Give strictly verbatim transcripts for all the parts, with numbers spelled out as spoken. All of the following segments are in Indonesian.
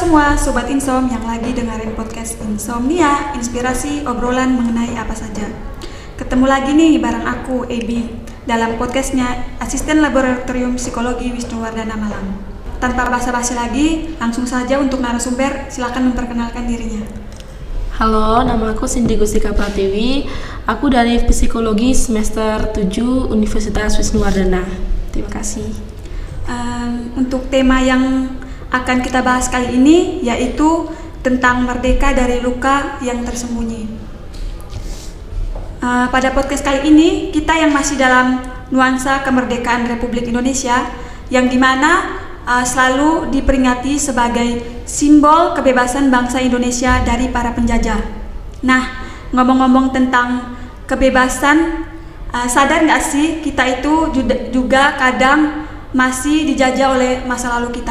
semua Sobat Insom yang lagi dengerin podcast Insomnia, inspirasi obrolan mengenai apa saja. Ketemu lagi nih bareng aku, Ebi, dalam podcastnya Asisten Laboratorium Psikologi Wisnuwardana Malang. Tanpa basa-basi lagi, langsung saja untuk narasumber, silakan memperkenalkan dirinya. Halo, nama aku Cindy Gustika Pratiwi. Aku dari Psikologi semester tujuh Universitas Wisnuwardana. Terima kasih. Um, untuk tema yang akan kita bahas kali ini yaitu tentang merdeka dari luka yang tersembunyi. Uh, pada podcast kali ini kita yang masih dalam nuansa kemerdekaan Republik Indonesia yang dimana uh, selalu diperingati sebagai simbol kebebasan bangsa Indonesia dari para penjajah. Nah, ngomong-ngomong tentang kebebasan, uh, sadar nggak sih kita itu juga kadang masih dijajah oleh masa lalu kita?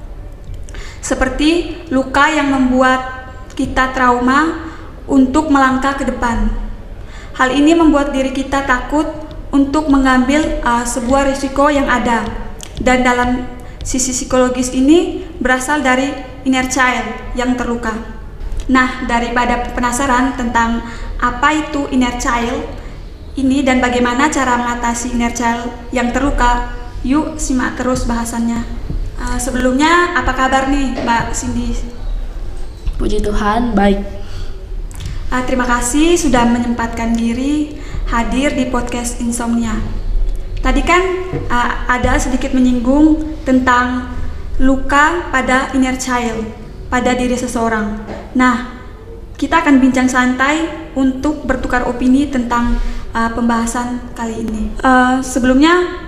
Seperti luka yang membuat kita trauma untuk melangkah ke depan. Hal ini membuat diri kita takut untuk mengambil uh, sebuah risiko yang ada. Dan dalam sisi psikologis ini berasal dari inner child yang terluka. Nah, daripada penasaran tentang apa itu inner child ini dan bagaimana cara mengatasi inner child yang terluka, yuk simak terus bahasannya. Uh, sebelumnya, apa kabar nih Mbak Cindy? Puji Tuhan, baik. Uh, terima kasih sudah menyempatkan diri hadir di podcast Insomnia. Tadi kan uh, ada sedikit menyinggung tentang luka pada inner child, pada diri seseorang. Nah, kita akan bincang santai untuk bertukar opini tentang uh, pembahasan kali ini. Uh, sebelumnya,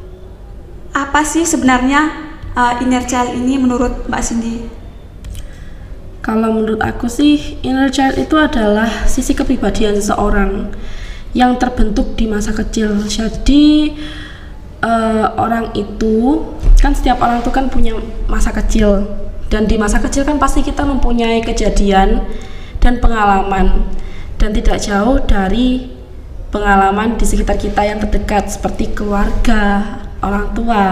apa sih sebenarnya Uh, inner child ini menurut Mbak Cindy? Kalau menurut aku sih, inner child itu adalah sisi kepribadian seseorang yang terbentuk di masa kecil. Jadi uh, orang itu kan setiap orang itu kan punya masa kecil, dan di masa kecil kan pasti kita mempunyai kejadian dan pengalaman, dan tidak jauh dari pengalaman di sekitar kita yang terdekat seperti keluarga, orang tua.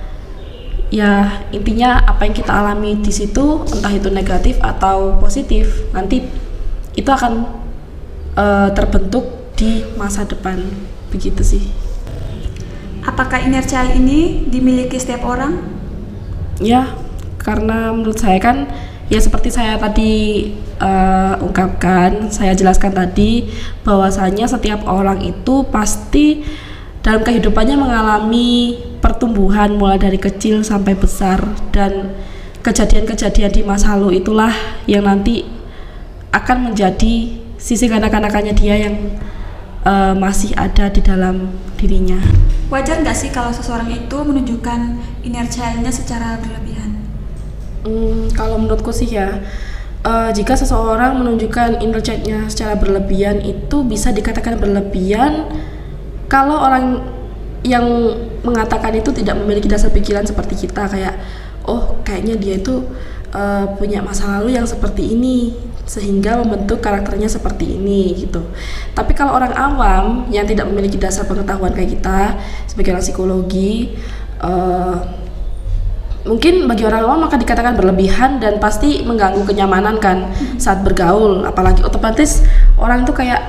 Ya, intinya apa yang kita alami di situ, entah itu negatif atau positif, nanti itu akan uh, terbentuk di masa depan. Begitu sih. Apakah inner child ini dimiliki setiap orang? Ya, karena menurut saya kan, ya seperti saya tadi uh, ungkapkan, saya jelaskan tadi, bahwasanya setiap orang itu pasti dalam kehidupannya mengalami pertumbuhan mulai dari kecil sampai besar, dan kejadian-kejadian di masa lalu itulah yang nanti akan menjadi sisi kanak-kanakannya dia yang uh, masih ada di dalam dirinya. Wajar nggak sih kalau seseorang itu menunjukkan inner child-nya secara berlebihan? Hmm, kalau menurutku sih ya, uh, jika seseorang menunjukkan inner child-nya secara berlebihan, itu bisa dikatakan berlebihan kalau orang yang mengatakan itu tidak memiliki dasar pikiran seperti kita, kayak oh kayaknya dia itu uh, punya masa lalu yang seperti ini sehingga membentuk karakternya seperti ini gitu. Tapi kalau orang awam yang tidak memiliki dasar pengetahuan kayak kita sebagai orang psikologi, uh, mungkin bagi orang awam maka dikatakan berlebihan dan pasti mengganggu kenyamanan kan saat bergaul, apalagi otomatis orang tuh kayak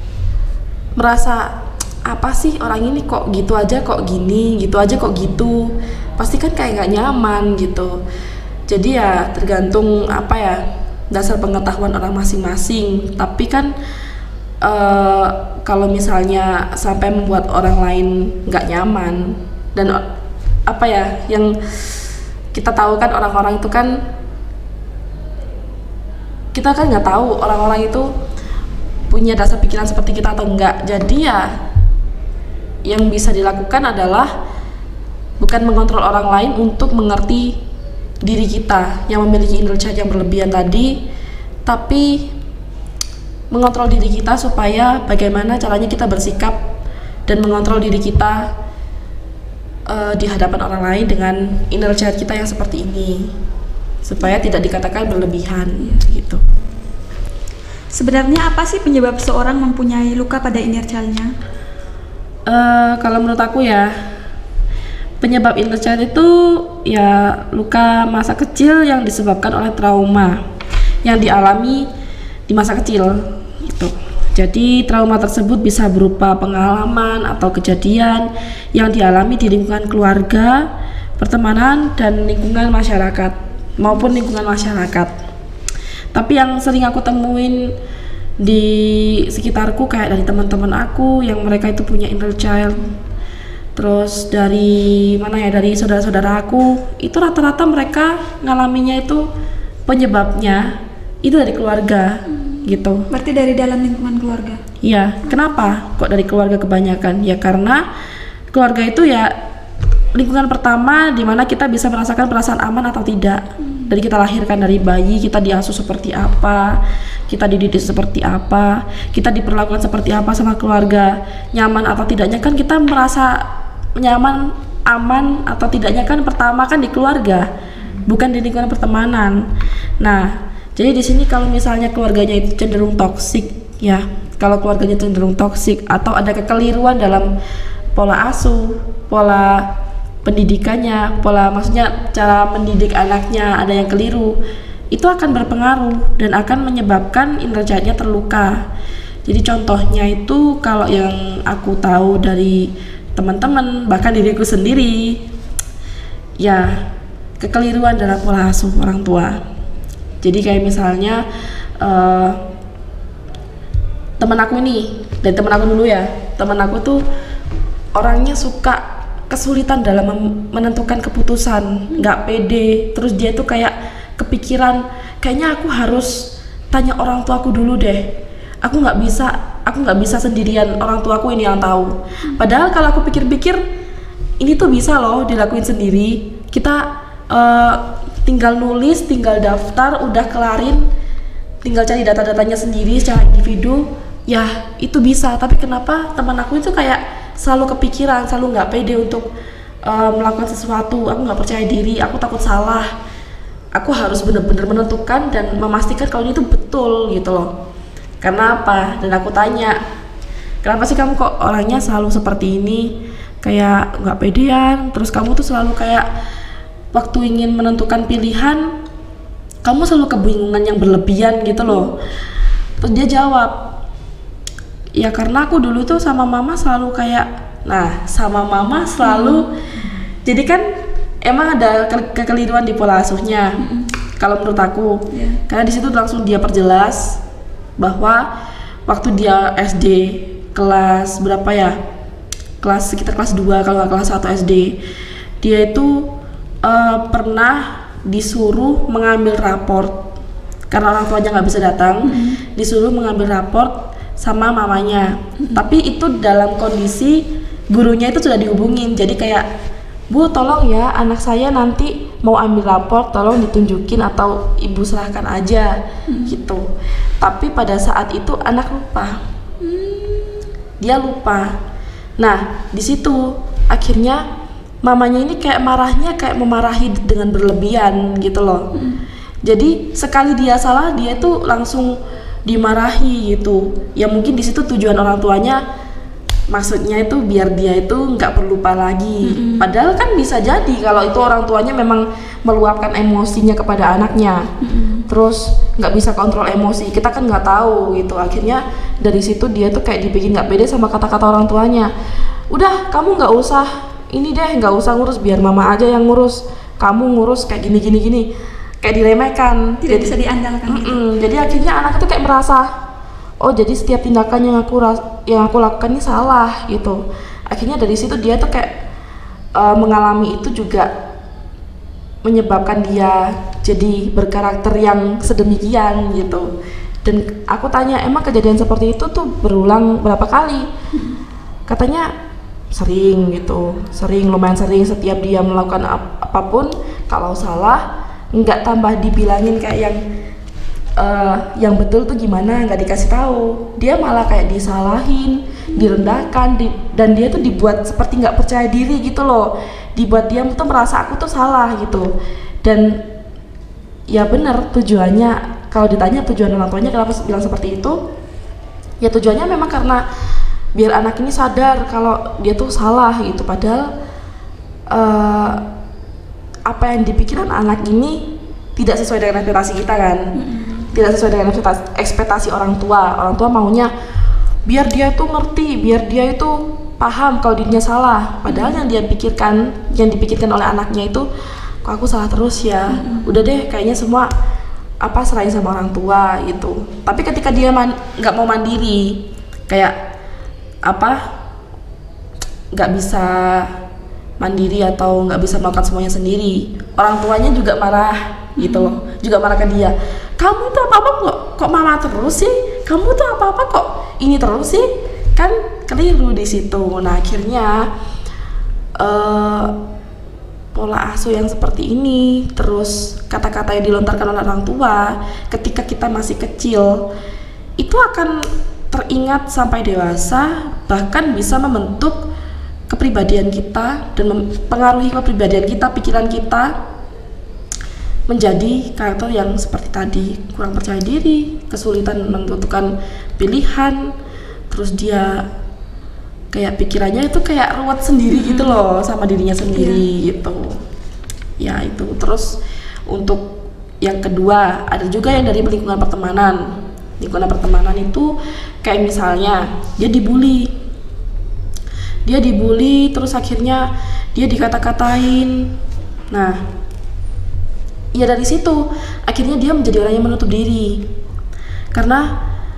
merasa apa sih orang ini kok gitu aja kok gini, gitu aja kok gitu, pasti kan kayak nggak nyaman gitu. Jadi ya tergantung apa ya dasar pengetahuan orang masing-masing. Tapi kan uh, kalau misalnya sampai membuat orang lain nggak nyaman, dan apa ya yang kita tahu kan orang-orang itu kan kita kan nggak tahu orang-orang itu punya dasar pikiran seperti kita atau enggak. Jadi ya yang bisa dilakukan adalah bukan mengontrol orang lain untuk mengerti diri kita yang memiliki inner child yang berlebihan tadi, tapi mengontrol diri kita supaya bagaimana caranya kita bersikap dan mengontrol diri kita uh, di hadapan orang lain dengan inner child kita yang seperti ini, supaya tidak dikatakan berlebihan gitu. Sebenarnya apa sih penyebab seorang mempunyai luka pada inner child-nya? Uh, kalau menurut aku ya, Penyebab inner child itu ya luka masa kecil yang disebabkan oleh trauma yang dialami di masa kecil gitu. Jadi trauma tersebut bisa berupa pengalaman atau kejadian yang dialami di lingkungan keluarga, pertemanan, dan lingkungan masyarakat maupun lingkungan masyarakat. Tapi yang sering aku temuin di sekitarku kayak dari teman-teman aku yang mereka itu punya inner child, terus dari mana ya dari saudara-saudara aku itu rata-rata mereka ngalaminya itu penyebabnya itu dari keluarga hmm. gitu. Berarti dari dalam lingkungan keluarga? Iya. Kenapa kok dari keluarga kebanyakan? Ya karena keluarga itu ya lingkungan pertama di mana kita bisa merasakan perasaan aman atau tidak. Hmm. Dari kita lahirkan dari bayi, kita diasuh seperti apa, kita dididik seperti apa, kita diperlakukan seperti apa sama keluarga, nyaman atau tidaknya kan kita merasa nyaman, aman atau tidaknya kan pertama kan di keluarga, bukan di lingkungan pertemanan. Nah, jadi di sini kalau misalnya keluarganya itu cenderung toksik, ya, kalau keluarganya cenderung toksik atau ada kekeliruan dalam pola asuh, pola pendidikannya, pola maksudnya cara mendidik anaknya ada yang keliru, itu akan berpengaruh dan akan menyebabkan inner child-nya terluka. Jadi contohnya itu kalau yang aku tahu dari teman-teman, bahkan diriku sendiri, ya kekeliruan dalam pola asuh orang tua. Jadi kayak misalnya uh, teman aku ini, dari teman aku dulu ya, teman aku tuh orangnya suka kesulitan dalam menentukan keputusan, nggak pede, terus dia tuh kayak kepikiran, kayaknya aku harus tanya orang tuaku dulu deh, aku nggak bisa, aku nggak bisa sendirian, orang tuaku ini yang tahu. Padahal kalau aku pikir-pikir, ini tuh bisa loh dilakuin sendiri, kita uh, tinggal nulis, tinggal daftar, udah kelarin, tinggal cari data-datanya sendiri secara individu, ya itu bisa. Tapi kenapa teman aku itu kayak selalu kepikiran, selalu nggak pede untuk uh, melakukan sesuatu, aku nggak percaya diri, aku takut salah, aku harus benar-benar menentukan dan memastikan kalau ini tuh betul gitu loh. Karena apa? Dan aku tanya, kenapa sih kamu kok orangnya selalu seperti ini, kayak nggak pedean, terus kamu tuh selalu kayak waktu ingin menentukan pilihan, kamu selalu kebingungan yang berlebihan gitu loh. Terus dia jawab, ya karena aku dulu tuh sama mama selalu kayak, nah sama mama selalu, hmm. jadi kan emang ada ke kekeliruan di pola asuhnya, hmm. kalau menurut aku, yeah. karena di situ langsung dia perjelas bahwa waktu dia S D kelas berapa ya, kelas sekitar kelas dua kalau nggak kelas satu S D, dia itu Uh, pernah disuruh mengambil raport karena orang tuanya nggak bisa datang, mm-hmm. disuruh mengambil raport sama mamanya, mm-hmm. tapi itu dalam kondisi gurunya itu sudah dihubungin, jadi kayak, Bu tolong ya anak saya nanti mau ambil raport, tolong ditunjukin atau ibu serahkan aja, mm-hmm. gitu. Tapi pada saat itu anak lupa, mm-hmm. dia lupa. Nah di situ akhirnya mamanya ini kayak marahnya kayak memarahi dengan berlebihan gitu loh. Hmm. Jadi sekali dia salah dia tuh langsung dimarahi gitu. Ya mungkin di situ tujuan orang tuanya maksudnya itu biar dia itu nggak berlupa lagi. Hmm. Padahal kan bisa jadi kalau itu orang tuanya memang meluapkan emosinya kepada anaknya. Hmm. Terus nggak bisa kontrol emosi. Kita kan nggak tahu gitu. Akhirnya dari situ dia tuh kayak dibikin nggak pede sama kata-kata orang tuanya. Udah kamu nggak usah ini deh, nggak usah ngurus, biar mama aja yang ngurus, kamu ngurus kayak gini gini gini, kayak diremehkan, tidak jadi, bisa diandalkan. Mm -mm. Gitu. Jadi akhirnya anak itu kayak merasa, oh jadi setiap tindakan yang aku yang aku lakukan ini salah gitu. Akhirnya dari situ dia tuh kayak uh, mengalami itu juga menyebabkan dia jadi berkarakter yang sedemikian gitu. Dan aku tanya, emang kejadian seperti itu tuh berulang berapa kali? Katanya sering gitu, sering, lumayan sering. Setiap dia melakukan ap apapun, kalau salah nggak tambah dibilangin kayak yang uh, yang betul tuh gimana, nggak dikasih tahu, dia malah kayak disalahin, direndahkan, di, dan dia tuh dibuat seperti nggak percaya diri gitu loh, dibuat dia tuh merasa aku tuh salah gitu. Dan ya benar tujuannya, kalau ditanya tujuan orang tuanya kenapa bilang seperti itu, ya tujuannya memang karena biar anak ini sadar kalau dia tuh salah gitu. Padahal uh, apa yang dipikiran anak ini tidak sesuai dengan ekspektasi kita kan. Mm-hmm. Tidak sesuai dengan ekspektasi, ekspektasi orang tua. Orang tua maunya biar dia tuh ngerti, biar dia itu paham kalau dirinya salah. Padahal mm-hmm. yang dia pikirkan, yang dipikirkan oleh anaknya itu, kok aku salah terus ya. Mm-hmm. Udah deh, kayaknya semua apa serahin sama orang tua gitu. Tapi ketika dia nggak man, mau mandiri, kayak apa, nggak bisa mandiri atau nggak bisa melakukan semuanya sendiri, orang tuanya juga marah gitu loh, hmm. juga marah ke dia. Kamu tuh apa apa kok kok mama terus sih? Kamu tuh apa apa kok ini terus sih? Kan keliru di situ. Nah akhirnya uh, pola asuh yang seperti ini, terus kata-kata yang dilontarkan oleh orang tua ketika kita masih kecil itu akan teringat sampai dewasa, bahkan bisa membentuk kepribadian kita dan mempengaruhi kepribadian kita, pikiran kita menjadi karakter yang seperti tadi, kurang percaya diri, kesulitan menentukan pilihan, terus dia kayak pikirannya itu kayak ruwet sendiri hmm. gitu loh sama dirinya sendiri yeah. gitu ya itu. Terus untuk yang kedua ada juga yang dari lingkungan pertemanan. Lingkungan pertemanan itu kayak misalnya dia dibully dia dibully terus akhirnya dia dikata-katain. Nah ya dari situ akhirnya dia menjadi orang yang menutup diri karena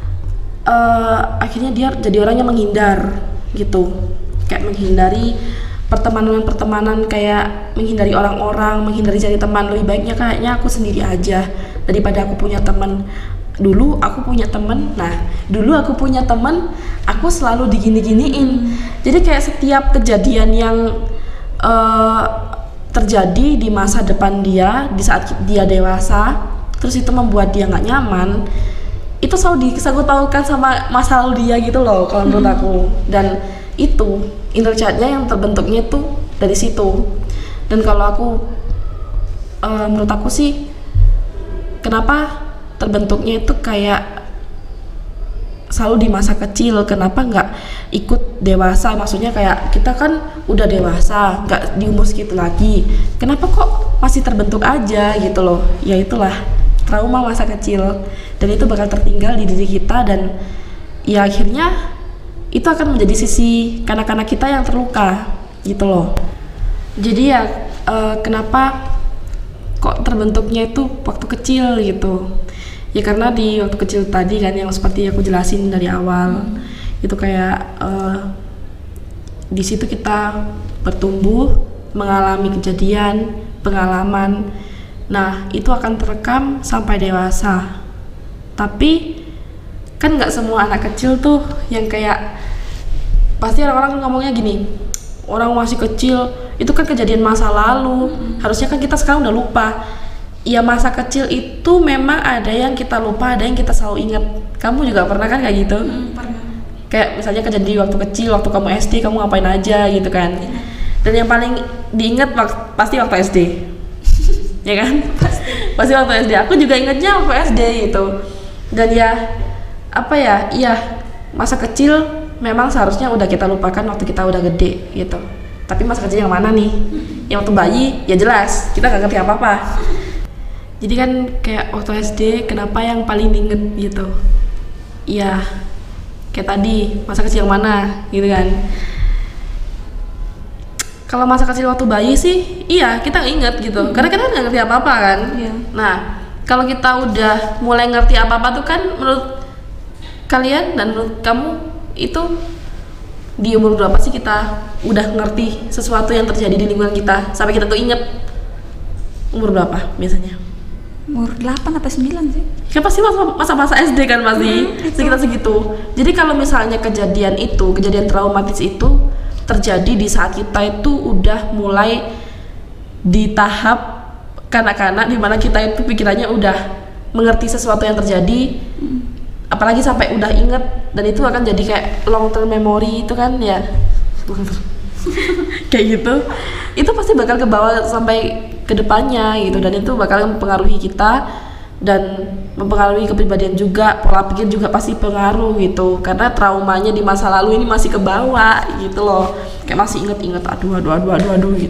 uh, akhirnya dia jadi orang yang menghindar gitu, kayak menghindari pertemanan-pertemanan, kayak menghindari orang-orang, menghindari cari teman. Lebih baiknya kayaknya aku sendiri aja daripada aku punya teman. Dulu aku punya teman, nah dulu aku punya teman, aku selalu digini-giniin. Hmm. Jadi kayak setiap kejadian yang uh, terjadi di masa depan dia, di saat dia dewasa, terus itu membuat dia nggak nyaman, itu selalu disangkut pautkan sama masa lalu dia gitu loh kalau menurut hmm. aku. Dan itu inner child-nya yang terbentuknya itu dari situ. Dan kalau aku uh, menurut aku sih kenapa terbentuknya itu kayak selalu di masa kecil, kenapa nggak ikut dewasa? Maksudnya kayak kita kan udah dewasa, nggak di umur segitu lagi, kenapa kok masih terbentuk aja gitu loh. Ya itulah trauma masa kecil, dan itu bakal tertinggal di diri kita, dan ya akhirnya itu akan menjadi sisi kanak-kanak kita yang terluka gitu loh. Jadi ya uh, kenapa kok terbentuknya itu waktu kecil gitu ya, karena di waktu kecil tadi kan yang seperti aku jelasin dari awal, hmm. itu kayak uh, di situ kita bertumbuh, mengalami kejadian, pengalaman. Nah itu akan terekam sampai dewasa. Tapi kan nggak semua anak kecil tuh yang kayak, pasti orang-orang ngomongnya gini, orang masih kecil itu kan kejadian masa lalu, hmm. harusnya kan kita sekarang udah lupa. Ya masa kecil itu memang ada yang kita lupa, ada yang kita selalu ingat. Kamu juga pernah kan kayak gitu? Hmm, pernah. Kayak misalnya kejadian waktu kecil, waktu kamu S D kamu ngapain aja gitu kan. Ya. Dan yang paling diingat wak- pasti waktu S D. Ya kan? Pasti. Pasti waktu S D. Aku juga ingatnya waktu S D gitu. Dan ya apa ya? Iya, masa kecil memang seharusnya udah kita lupakan waktu kita udah gede gitu. Tapi masa kecil yang mana nih? Yang waktu bayi ya jelas kita gak ngerti apa-apa. Jadi kan kayak waktu S D kenapa yang paling diinget gitu? Ya kayak tadi masa kecil yang mana gitu kan. Kalau masa kecil waktu bayi sih iya kita nggak inget gitu, hmm. karena kita nggak ngerti apa-apa kan. Yeah. Nah kalau kita udah mulai ngerti apa-apa tuh kan, menurut kalian dan menurut kamu itu di umur berapa sih kita udah ngerti sesuatu yang terjadi di lingkungan kita sampai kita tuh inget? Umur berapa biasanya? Umur delapan atau sembilan sih. Kan pasti masa-masa S D kan masih hmm, sekitar segitu. Jadi kalau misalnya kejadian itu, kejadian traumatis itu terjadi di saat kita itu udah mulai di tahap kanak-kanak, dimana kita itu pikirannya udah mengerti sesuatu yang terjadi, hmm. apalagi sampai udah inget, dan itu akan jadi kayak long term memory itu kan ya. Kayak gitu, itu pasti bakal ke bawah sampai ke depannya gitu, dan itu bakal mempengaruhi kita dan mempengaruhi kepribadian juga, pola pikir juga pasti pengaruh gitu, karena traumanya di masa lalu ini masih ke bawah gitu loh, kayak masih inget-inget aduh aduh aduh aduh aduh gitu.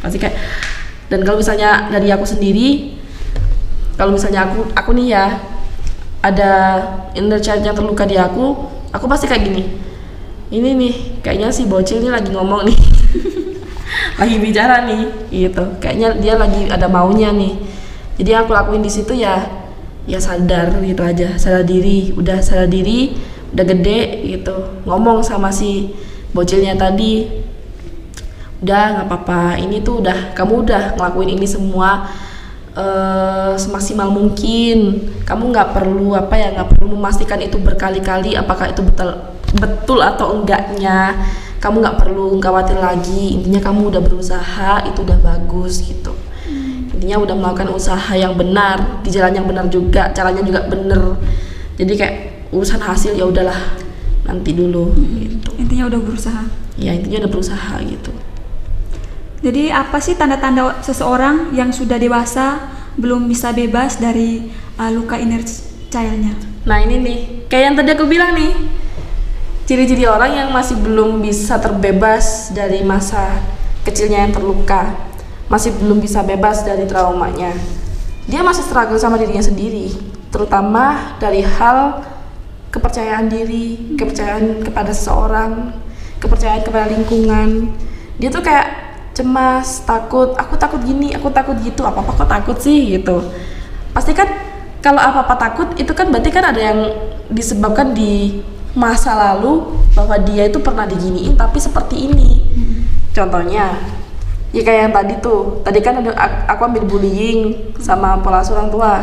pasti kayak. Dan kalau misalnya dari aku sendiri, kalau misalnya aku aku nih ya ada inner child yang terluka di aku, aku pasti kayak gini, ini nih kayaknya si bocil ini lagi ngomong nih lagi bicara nih gitu, kayaknya dia lagi ada maunya nih. Jadi yang aku lakuin di situ ya ya sadar gitu aja, sadar diri, udah sadar diri, udah gede gitu, ngomong sama si bocilnya tadi, udah nggak apa-apa, ini tuh udah kamu udah ngelakuin ini semua uh, semaksimal mungkin, kamu nggak perlu apa ya nggak perlu memastikan itu berkali-kali apakah itu betul betul atau enggaknya, kamu nggak perlu khawatir lagi, intinya kamu udah berusaha, itu udah bagus gitu. Intinya udah melakukan usaha yang benar, di jalan yang benar juga, caranya juga bener. Jadi kayak urusan hasil ya udahlah nanti dulu hmm, gitu. Intinya udah berusaha. Ya intinya udah berusaha gitu. Jadi apa sih tanda-tanda seseorang yang sudah dewasa belum bisa bebas dari uh, luka inner child-nya? Nah ini nih, kayak yang tadi aku bilang nih, ciri-ciri orang yang masih belum bisa terbebas dari masa kecilnya yang terluka, masih belum bisa bebas dari traumanya. Dia masih struggle sama dirinya sendiri, terutama dari hal kepercayaan diri, kepercayaan kepada seseorang, kepercayaan kepada lingkungan. Dia tuh kayak cemas, takut, aku takut gini, aku takut gitu, apa-apa kok takut sih gitu. Pasti kan kalau apa-apa takut itu kan berarti kan ada yang disebabkan di masa lalu bahwa dia itu pernah diginiin tapi seperti ini. Hmm. Contohnya ya kayak yang tadi tuh, tadi kan ada aku ambil bullying sama pola asuh orang tua.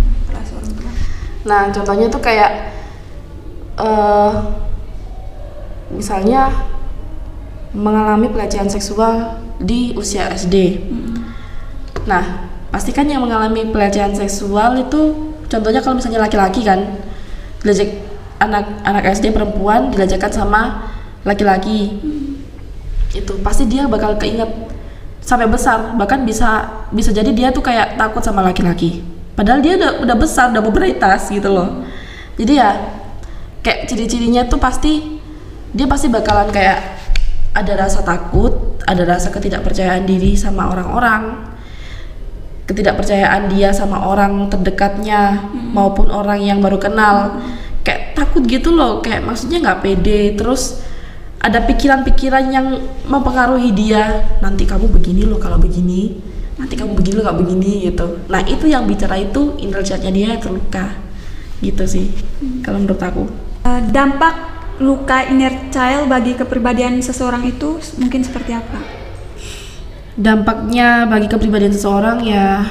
Nah contohnya tuh kayak uh, misalnya mengalami pelecehan seksual di usia S D. Hmm. Nah, pastikan yang mengalami pelecehan seksual itu contohnya kalau misalnya laki-laki kan, dilecek anak anak S D perempuan dilecehkan sama laki-laki. Hmm. Itu pasti dia bakal keinget sampai besar, bahkan bisa bisa jadi dia tuh kayak takut sama laki-laki. Padahal dia udah udah besar, udah berberaitas gitu loh. Jadi ya kayak ciri-cirinya tuh pasti dia pasti bakalan kayak ada rasa takut, ada rasa ketidakpercayaan diri sama orang-orang, ketidakpercayaan dia sama orang terdekatnya hmm. maupun orang yang baru kenal, hmm. kayak takut gitu loh, kayak maksudnya nggak pede, terus ada pikiran-pikiran yang mempengaruhi dia, nanti kamu begini loh kalau begini, nanti kamu begini loh kalau begini gitu. Nah itu yang bicara itu inner child-nya dia terluka, gitu sih hmm. kalau menurut aku. Uh, dampak luka inner child bagi kepribadian seseorang itu mungkin seperti apa? Dampaknya bagi kepribadian seseorang ya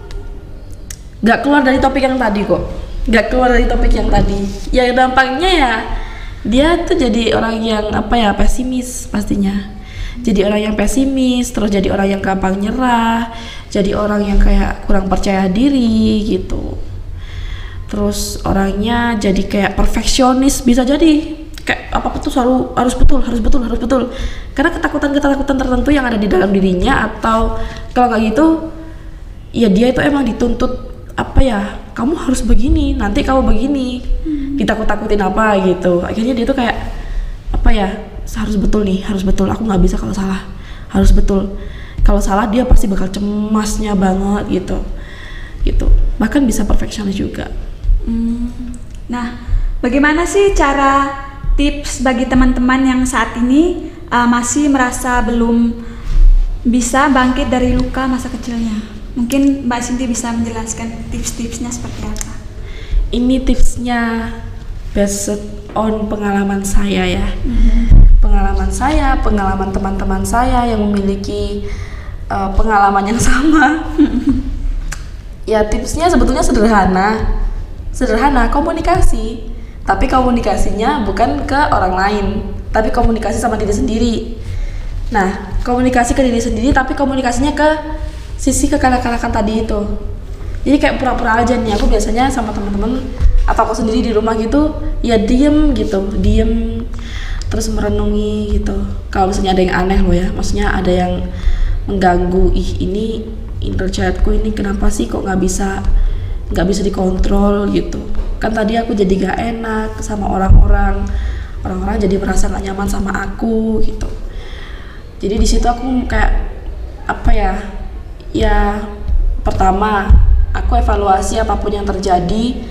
gak keluar dari topik yang tadi kok, gak keluar dari topik yang tadi. Ya dampaknya ya dia tuh jadi orang yang apa ya pesimis pastinya. Jadi orang yang pesimis, terus jadi orang yang gampang nyerah, jadi orang yang kayak kurang percaya diri gitu. Terus orangnya jadi kayak perfeksionis, bisa jadi kayak apa tuh selalu harus betul, harus betul, harus betul. Karena ketakutan-ketakutan tertentu yang ada di dalam dirinya, atau kalau kayak gitu, ya dia itu emang dituntut apa ya, kamu harus begini, nanti kamu begini, hmm. ditakut-takutin apa gitu. Akhirnya dia tuh kayak apa ya, harus betul nih, harus betul. Aku nggak bisa kalau salah, harus betul. Kalau salah dia pasti bakal cemasnya banget gitu, gitu. Bahkan bisa perfeksionis juga. Hmm. Nah, bagaimana sih cara tips bagi teman-teman yang saat ini uh, masih merasa belum bisa bangkit dari luka masa kecilnya? Mungkin Mbak Cindy bisa menjelaskan tips-tipsnya seperti apa? Ini tipsnya based on pengalaman saya ya. Mm-hmm. Pengalaman saya, pengalaman teman-teman saya yang memiliki uh, pengalaman yang sama. Ya tipsnya sebetulnya sederhana, sederhana komunikasi. Tapi komunikasinya bukan ke orang lain, tapi komunikasi sama diri sendiri. Nah, komunikasi ke diri sendiri, tapi komunikasinya ke sisi kekanak-kanakan tadi itu. Jadi kayak pura-pura aja nih, aku biasanya sama teman-teman atau aku sendiri di rumah gitu, ya diem gitu, diem, terus merenungi gitu. Kalau misalnya ada yang aneh loh ya, maksudnya ada yang mengganggu, ih ini inner childku ini kenapa sih kok nggak bisa nggak bisa dikontrol gitu. Kan tadi aku jadi gak enak sama orang-orang, orang-orang jadi merasa gak nyaman sama aku gitu. Jadi di situ aku kayak apa apa ya? Ya pertama, aku evaluasi apapun yang terjadi,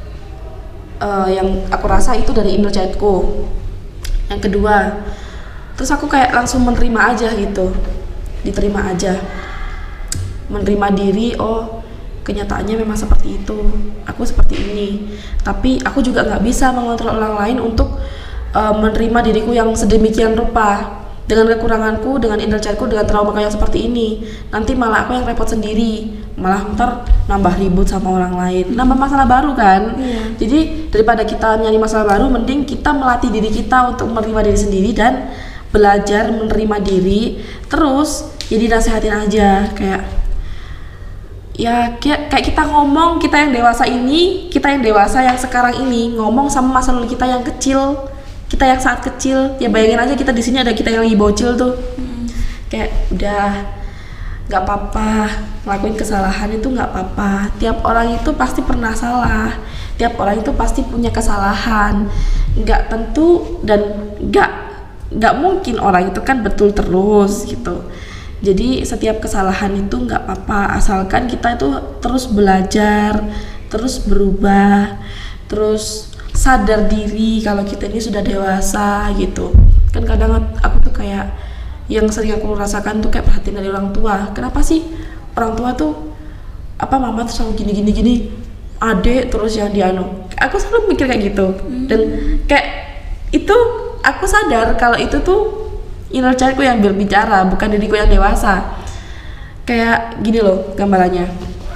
uh, yang aku rasa itu dari inner childku. Yang kedua, terus aku kayak langsung menerima aja gitu, diterima aja, menerima diri. Oh, kenyataannya memang seperti itu, aku seperti ini. Tapi aku juga nggak bisa mengontrol orang lain untuk uh, menerima diriku yang sedemikian rupa, dengan kekuranganku, dengan inner childku, dengan trauma yang seperti ini. Nanti malah aku yang repot sendiri, malah ntar nambah ribut sama orang lain, nambah masalah baru kan. Iya. Jadi daripada kita nyari masalah baru, mending kita melatih diri kita untuk menerima diri sendiri dan belajar menerima diri. Terus jadi nasehatin aja, kayak ya kayak, kayak kita ngomong, kita yang dewasa ini, kita yang dewasa yang sekarang ini ngomong sama masa lalu kita yang kecil, kita yang saat kecil. Ya bayangin aja kita di sini ada kita yang lagi bocil tuh. Hmm. Kayak udah nggak apa-apa ngelakuin kesalahan itu, nggak apa-apa. Tiap orang itu pasti pernah salah, tiap orang itu pasti punya kesalahan. Nggak tentu dan nggak nggak mungkin orang itu kan betul terus gitu. Jadi setiap kesalahan itu nggak apa-apa, asalkan kita itu terus belajar, terus berubah, terus sadar diri kalau kita ini sudah dewasa gitu. Kan kadang aku tuh kayak yang sering aku rasakan tuh kayak perhatian dari orang tua. Kenapa sih orang tua tuh apa mama tuh selalu gini gini gini, adek terus yang dianu. Aku selalu mikir kayak gitu. Dan kayak itu aku sadar kalau itu tuh inner childku yang berbicara, bukan diriku yang dewasa. Kayak gini loh gambarannya.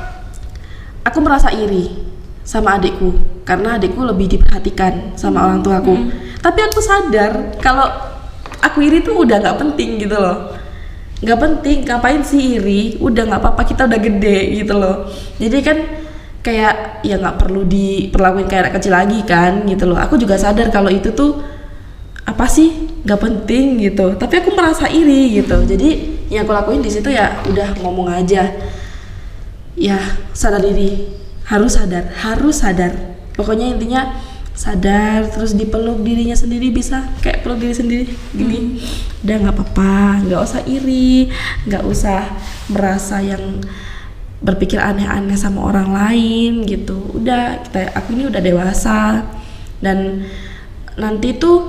Aku merasa iri sama adikku karena adikku lebih diperhatikan sama orang tuaku. Hmm. Tapi aku sadar kalau aku iri tuh udah nggak penting gitu loh. Nggak penting, ngapain sih iri? Udah nggak apa-apa, kita udah gede gitu loh. Jadi kan kayak ya nggak perlu diperlakuin kayak anak kecil lagi kan gitu loh. Aku juga sadar kalau itu tuh apa sih nggak penting gitu. Tapi aku merasa iri gitu. Jadi yang aku lakuin di situ ya udah ngomong aja. Ya sadar diri. Harus sadar, harus sadar. Pokoknya intinya sadar, terus dipeluk dirinya sendiri, bisa kayak peluk diri sendiri gini. Hmm. Udah nggak apa-apa, nggak usah iri, nggak usah merasa yang berpikir aneh-aneh sama orang lain gitu. Udah, kita aku ini udah dewasa dan nanti tuh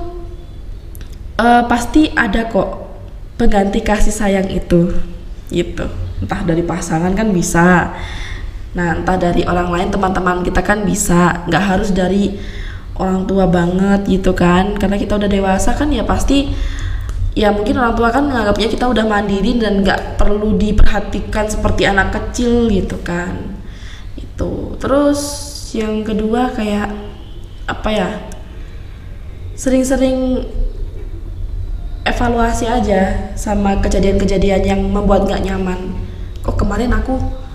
uh, pasti ada kok pengganti kasih sayang itu gitu. Entah dari pasangan kan bisa. Nah, entah dari orang lain, teman-teman kita kan bisa, nggak harus dari orang tua banget gitu kan. Karena kita udah dewasa kan ya pasti ya mungkin orang tua kan menganggapnya kita udah mandiri dan nggak perlu diperhatikan seperti anak kecil gitu kan. Itu. Terus yang kedua kayak apa ya? Sering-sering evaluasi aja sama kejadian-kejadian yang membuat nggak nyaman. Kok kemarin aku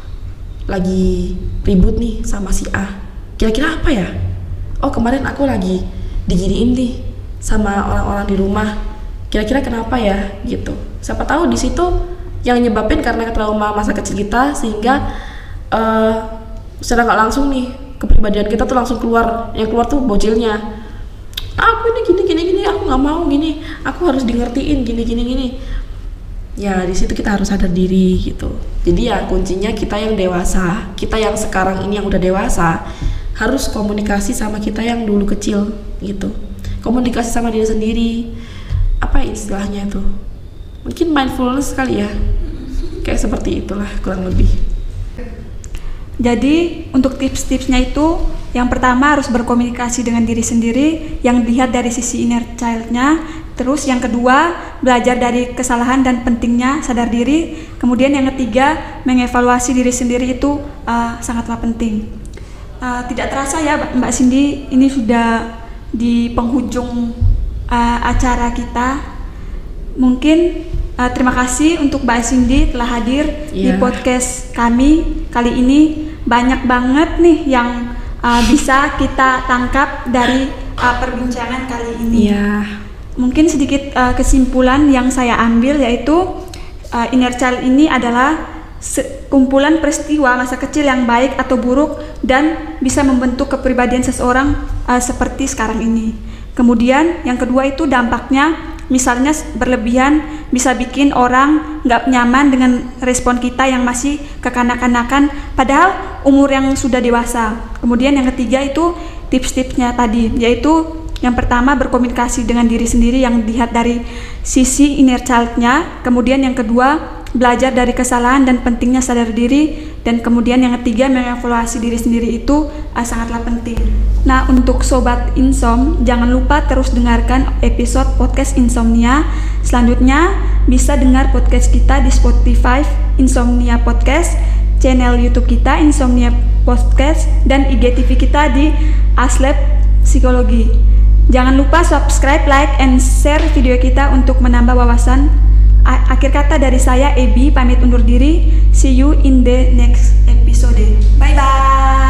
lagi ribut nih sama si A, kira-kira apa ya? Oh kemarin aku lagi diginiin nih sama orang-orang di rumah, kira-kira kenapa ya gitu. Siapa tahu di situ yang nyebabin karena trauma masa kecil kita, sehingga uh, secara nggak langsung nih kepribadian kita tuh langsung keluar, yang keluar tuh bocilnya. Aku ini gini gini gini, aku nggak mau gini, aku harus di ngertiin gini gini gini. Ya di situ kita harus sadar diri gitu. Jadi ya kuncinya kita yang dewasa, kita yang sekarang ini yang udah dewasa harus komunikasi sama kita yang dulu kecil gitu. Komunikasi sama diri sendiri. Apa istilahnya itu? Mungkin mindfulness kali ya. Kayak seperti itulah kurang lebih. Jadi untuk tips-tipsnya itu yang pertama harus berkomunikasi dengan diri sendiri yang dilihat dari sisi inner child-nya. Terus yang kedua, belajar dari kesalahan dan pentingnya sadar diri. Kemudian yang ketiga, mengevaluasi diri sendiri itu uh, sangatlah penting. Uh, tidak terasa ya Mbak Cindy, ini sudah di penghujung uh, acara kita. Mungkin uh, terima kasih untuk Mbak Cindy telah hadir yeah. di podcast kami kali ini. Banyak banget nih yang uh, bisa kita tangkap dari uh, perbincangan kali ini. Yeah. Mungkin sedikit uh, kesimpulan yang saya ambil yaitu uh, inner child ini adalah kumpulan peristiwa masa kecil yang baik atau buruk dan bisa membentuk kepribadian seseorang uh, seperti sekarang ini. Kemudian yang kedua itu dampaknya misalnya berlebihan bisa bikin orang nggak nyaman dengan respon kita yang masih kekanak-kanakan padahal umur yang sudah dewasa. Kemudian yang ketiga itu tips-tipsnya tadi, yaitu yang pertama berkomunikasi dengan diri sendiri yang dilihat dari sisi inner child-nya. Kemudian yang kedua belajar dari kesalahan dan pentingnya sadar diri. Dan kemudian yang ketiga mengevaluasi diri sendiri itu uh, sangatlah penting. Nah, untuk Sobat Insom, jangan lupa terus dengarkan episode podcast Insomnia. Selanjutnya bisa dengar podcast kita di Spotify Insomnia Podcast, channel YouTube kita Insomnia Podcast, dan I G T V kita di Aslab Psikologi. Jangan lupa subscribe, like, and share video kita untuk menambah wawasan. Akhir kata dari saya, Ebi, pamit undur diri. See you in the next episode. Bye-bye.